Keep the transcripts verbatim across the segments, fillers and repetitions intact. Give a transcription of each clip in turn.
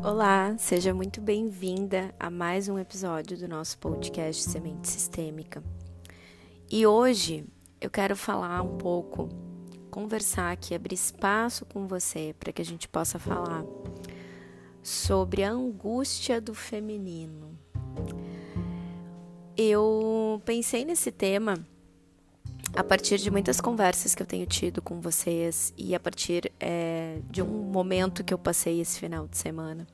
Olá, seja muito bem-vinda a mais um episódio do nosso podcast Semente Sistêmica. E hoje eu quero falar um pouco, conversar aqui, abrir espaço com você para que a gente possa falar sobre a angústia do feminino. Eu pensei nesse tema a partir de muitas conversas que eu tenho tido com vocês e a partir é, de um momento que eu passei esse final de semana.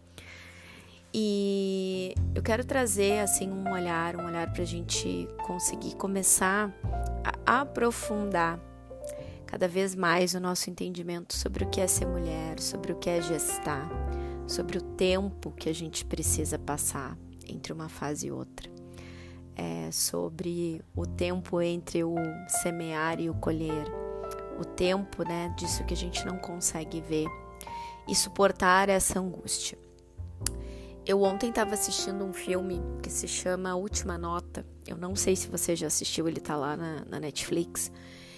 E eu quero trazer assim um olhar, um olhar para a gente conseguir começar a aprofundar cada vez mais o nosso entendimento sobre o que é ser mulher, sobre o que é gestar, sobre o tempo que a gente precisa passar entre uma fase e outra. É sobre o tempo entre o semear e o colher, o tempo, né, disso que a gente não consegue ver e suportar essa angústia. Eu ontem estava assistindo um filme que se chama A Última Nota. Eu não sei se você já assistiu, ele está lá na, na Netflix.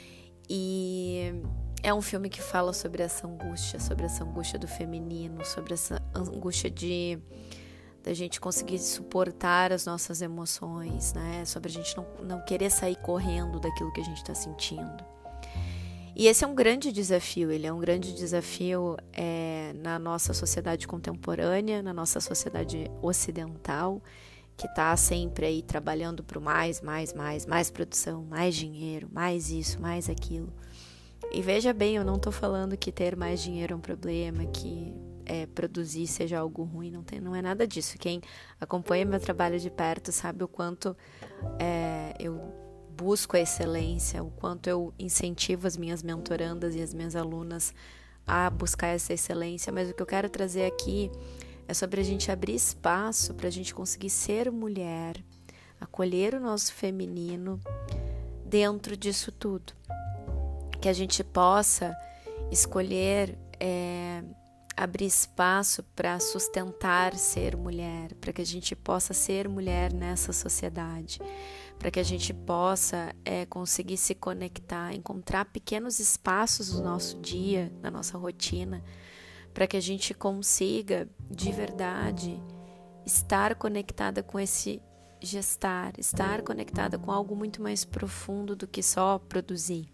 E é um filme que fala sobre essa angústia, sobre essa angústia do feminino, sobre essa angústia de da gente conseguir suportar as nossas emoções, né? Sobre a gente não, não querer sair correndo daquilo que a gente está sentindo. E esse é um grande desafio, ele é um grande desafio é, na nossa sociedade contemporânea, na nossa sociedade ocidental, que está sempre aí trabalhando para o mais, mais, mais, mais produção, mais dinheiro, mais isso, mais aquilo. E veja bem, eu não estou falando que ter mais dinheiro é um problema, que é, produzir seja algo ruim, não, tem, não é nada disso. Quem acompanha meu trabalho de perto sabe o quanto é, eu busco a excelência, o quanto eu incentivo as minhas mentorandas e as minhas alunas a buscar essa excelência, mas o que eu quero trazer aqui é sobre a gente abrir espaço para a gente conseguir ser mulher, acolher o nosso feminino dentro disso tudo. Que a gente possa escolher é, abrir espaço para sustentar ser mulher, para que a gente possa ser mulher nessa sociedade, para que a gente possa é, conseguir se conectar, encontrar pequenos espaços no nosso dia, na nossa rotina, para que a gente consiga, de verdade, estar conectada com esse gestar, estar conectada com algo muito mais profundo do que só produzir.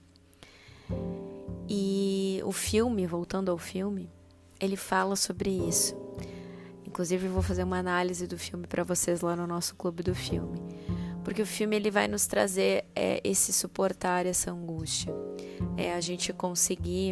E o filme, voltando ao filme, ele fala sobre isso. Inclusive, eu vou fazer uma análise do filme para vocês lá no nosso clube do filme. Porque o filme ele vai nos trazer é, esse suportar, essa angústia. É a gente conseguir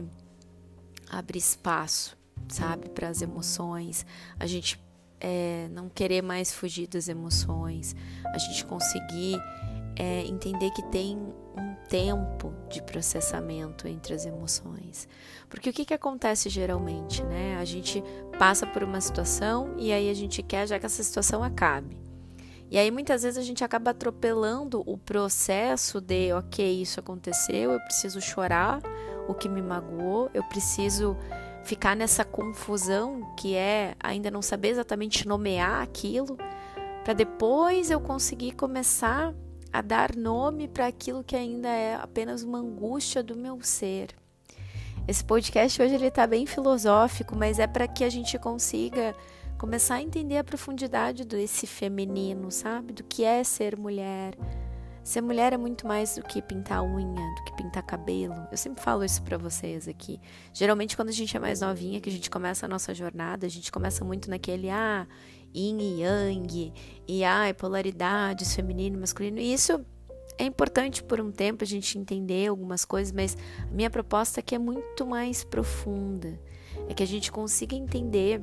abrir espaço, sabe, para as emoções. A gente é, não querer mais fugir das emoções. A gente conseguir é, entender que tem um tempo de processamento entre as emoções. Porque o que, que acontece geralmente, né? A gente passa por uma situação e aí a gente quer já que essa situação acabe. E aí muitas vezes a gente acaba atropelando o processo de, ok, isso aconteceu, eu preciso chorar o que me magoou, eu preciso ficar nessa confusão que é ainda não saber exatamente nomear aquilo, para depois eu conseguir começar a dar nome para aquilo que ainda é apenas uma angústia do meu ser. Esse podcast hoje ele está bem filosófico, mas é para que a gente consiga começar a entender a profundidade desse feminino, sabe? Do que é ser mulher. Ser mulher é muito mais do que pintar unha, do que pintar cabelo. Eu sempre falo isso para vocês aqui. Geralmente quando a gente é mais novinha, que a gente começa a nossa jornada, a gente começa muito naquele, ah, yin e yang, e ah, polaridades, feminino e masculino. E isso é importante por um tempo a gente entender algumas coisas, mas a minha proposta aqui é muito mais profunda. É que a gente consiga entender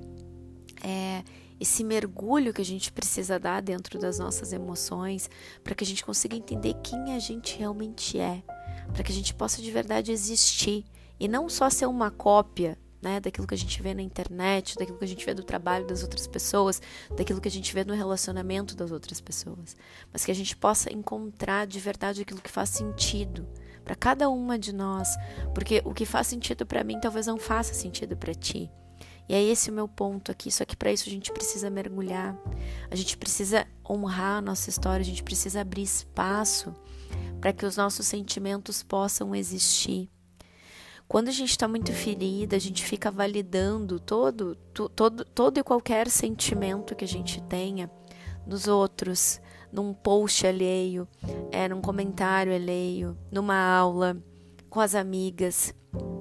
é, esse mergulho que a gente precisa dar dentro das nossas emoções, para que a gente consiga entender quem a gente realmente é, para que a gente possa de verdade existir e não só ser uma cópia, né, daquilo que a gente vê na internet, daquilo que a gente vê do trabalho das outras pessoas, daquilo que a gente vê no relacionamento das outras pessoas, mas que a gente possa encontrar de verdade aquilo que faz sentido para cada uma de nós, porque o que faz sentido para mim talvez não faça sentido para ti. E é esse o meu ponto aqui, só que para isso a gente precisa mergulhar, a gente precisa honrar a nossa história, a gente precisa abrir espaço para que os nossos sentimentos possam existir. Quando a gente está muito ferida, a gente fica validando todo, to, todo, todo e qualquer sentimento que a gente tenha nos outros, num post alheio, é, num comentário alheio, numa aula, com as amigas.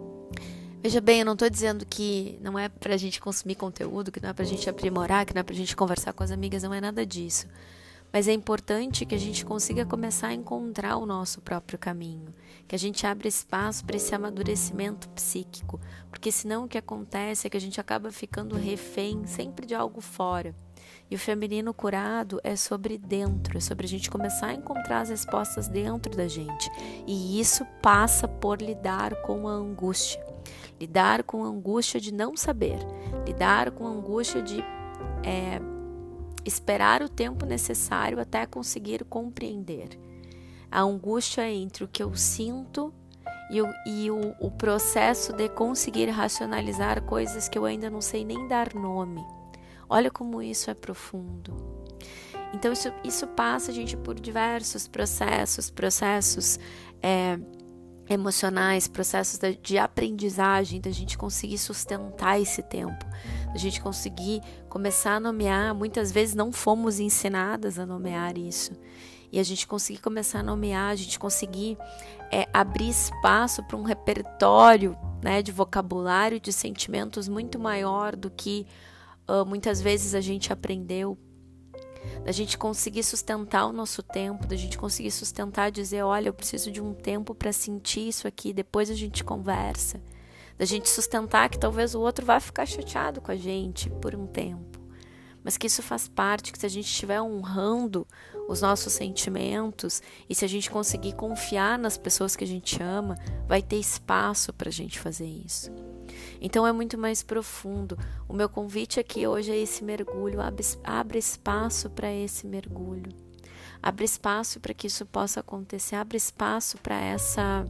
Veja bem, eu não estou dizendo que não é pra gente consumir conteúdo, que não é pra gente aprimorar, que não é pra gente conversar com as amigas, não é nada disso. Mas é importante que a gente consiga começar a encontrar o nosso próprio caminho, que a gente abra espaço para esse amadurecimento psíquico, porque senão o que acontece é que a gente acaba ficando refém sempre de algo fora. E o feminino curado é sobre dentro, é sobre a gente começar a encontrar as respostas dentro da gente. E isso passa por lidar com a angústia. Lidar com a angústia de não saber, lidar com a angústia de é, esperar o tempo necessário até conseguir compreender. A angústia entre o que eu sinto e, o, e o, o processo de conseguir racionalizar coisas que eu ainda não sei nem dar nome. Olha como isso é profundo. Então isso, isso passa, gente, por diversos processos, processos é, emocionais, processos de, de aprendizagem, da gente conseguir sustentar esse tempo, da gente conseguir começar a nomear. Muitas vezes não fomos ensinadas a nomear isso, e a gente conseguir começar a nomear, a gente conseguir é, abrir espaço para um repertório, né, de vocabulário, de sentimentos muito maior do que uh, muitas vezes a gente aprendeu. Da gente conseguir sustentar o nosso tempo, da gente conseguir sustentar, dizer, olha, eu preciso de um tempo para sentir isso aqui, depois a gente conversa. Da gente sustentar que talvez o outro vá ficar chateado com a gente por um tempo, mas que isso faz parte, que se a gente estiver honrando os nossos sentimentos e se a gente conseguir confiar nas pessoas que a gente ama, vai ter espaço para a gente fazer isso. Então é muito mais profundo. O meu convite aqui hoje é esse mergulho. Abre, abre espaço para esse mergulho. Abre espaço para que isso possa acontecer. Abre espaço para essa...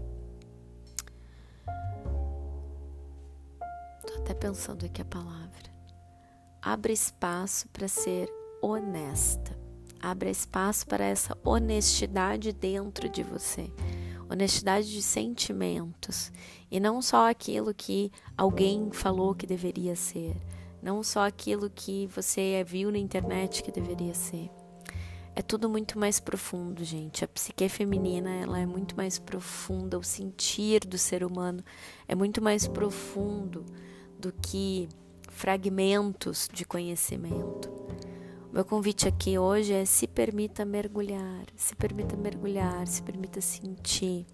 Estou até pensando aqui a palavra. Abre espaço para ser honesta. Abre espaço para essa honestidade dentro de você. Honestidade de sentimentos, e não só aquilo que alguém falou que deveria ser, não só aquilo que você viu na internet que deveria ser. É tudo muito mais profundo, gente. A psique feminina, ela é muito mais profunda, o sentir do ser humano é muito mais profundo do que fragmentos de conhecimento. Meu convite aqui hoje é: se permita mergulhar, se permita mergulhar, se permita sentir,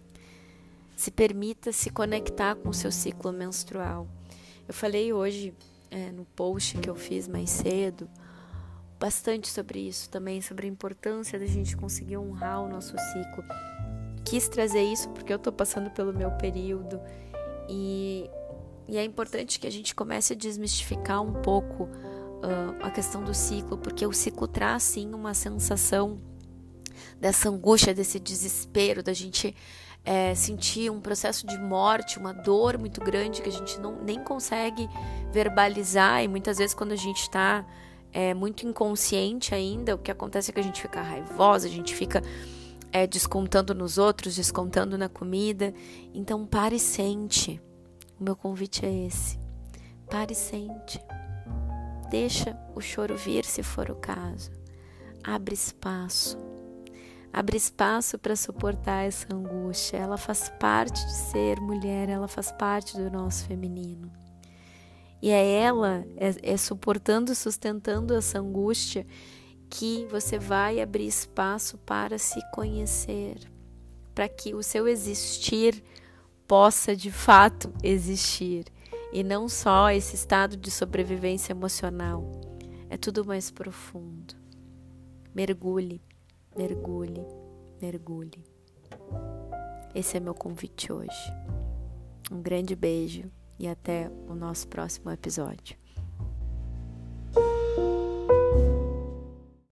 se permita se conectar com o seu ciclo menstrual. Eu falei hoje, é, no post que eu fiz mais cedo, bastante sobre isso também, sobre a importância da gente conseguir honrar o nosso ciclo. Quis trazer isso porque eu tô passando pelo meu período e, e é importante que a gente comece a desmistificar um pouco Uh, a questão do ciclo, porque o ciclo traz sim uma sensação dessa angústia, desse desespero, da gente é, sentir um processo de morte, uma dor muito grande que a gente não, nem consegue verbalizar, e muitas vezes quando a gente está é, muito inconsciente ainda, o que acontece é que a gente fica raivosa, a gente fica é, descontando nos outros, descontando na comida. Então pare e sente. O meu convite é esse: pare e sente. Deixa o choro vir se for o caso. Abre espaço. Abre espaço para suportar essa angústia. Ela faz parte de ser mulher, ela faz parte do nosso feminino. E é ela, é, é suportando, sustentando essa angústia, que você vai abrir espaço para se conhecer, para que o seu existir possa de fato existir. E não só esse estado de sobrevivência emocional. É tudo mais profundo. Mergulhe, mergulhe, mergulhe. Esse é meu convite hoje. Um grande beijo e até o nosso próximo episódio.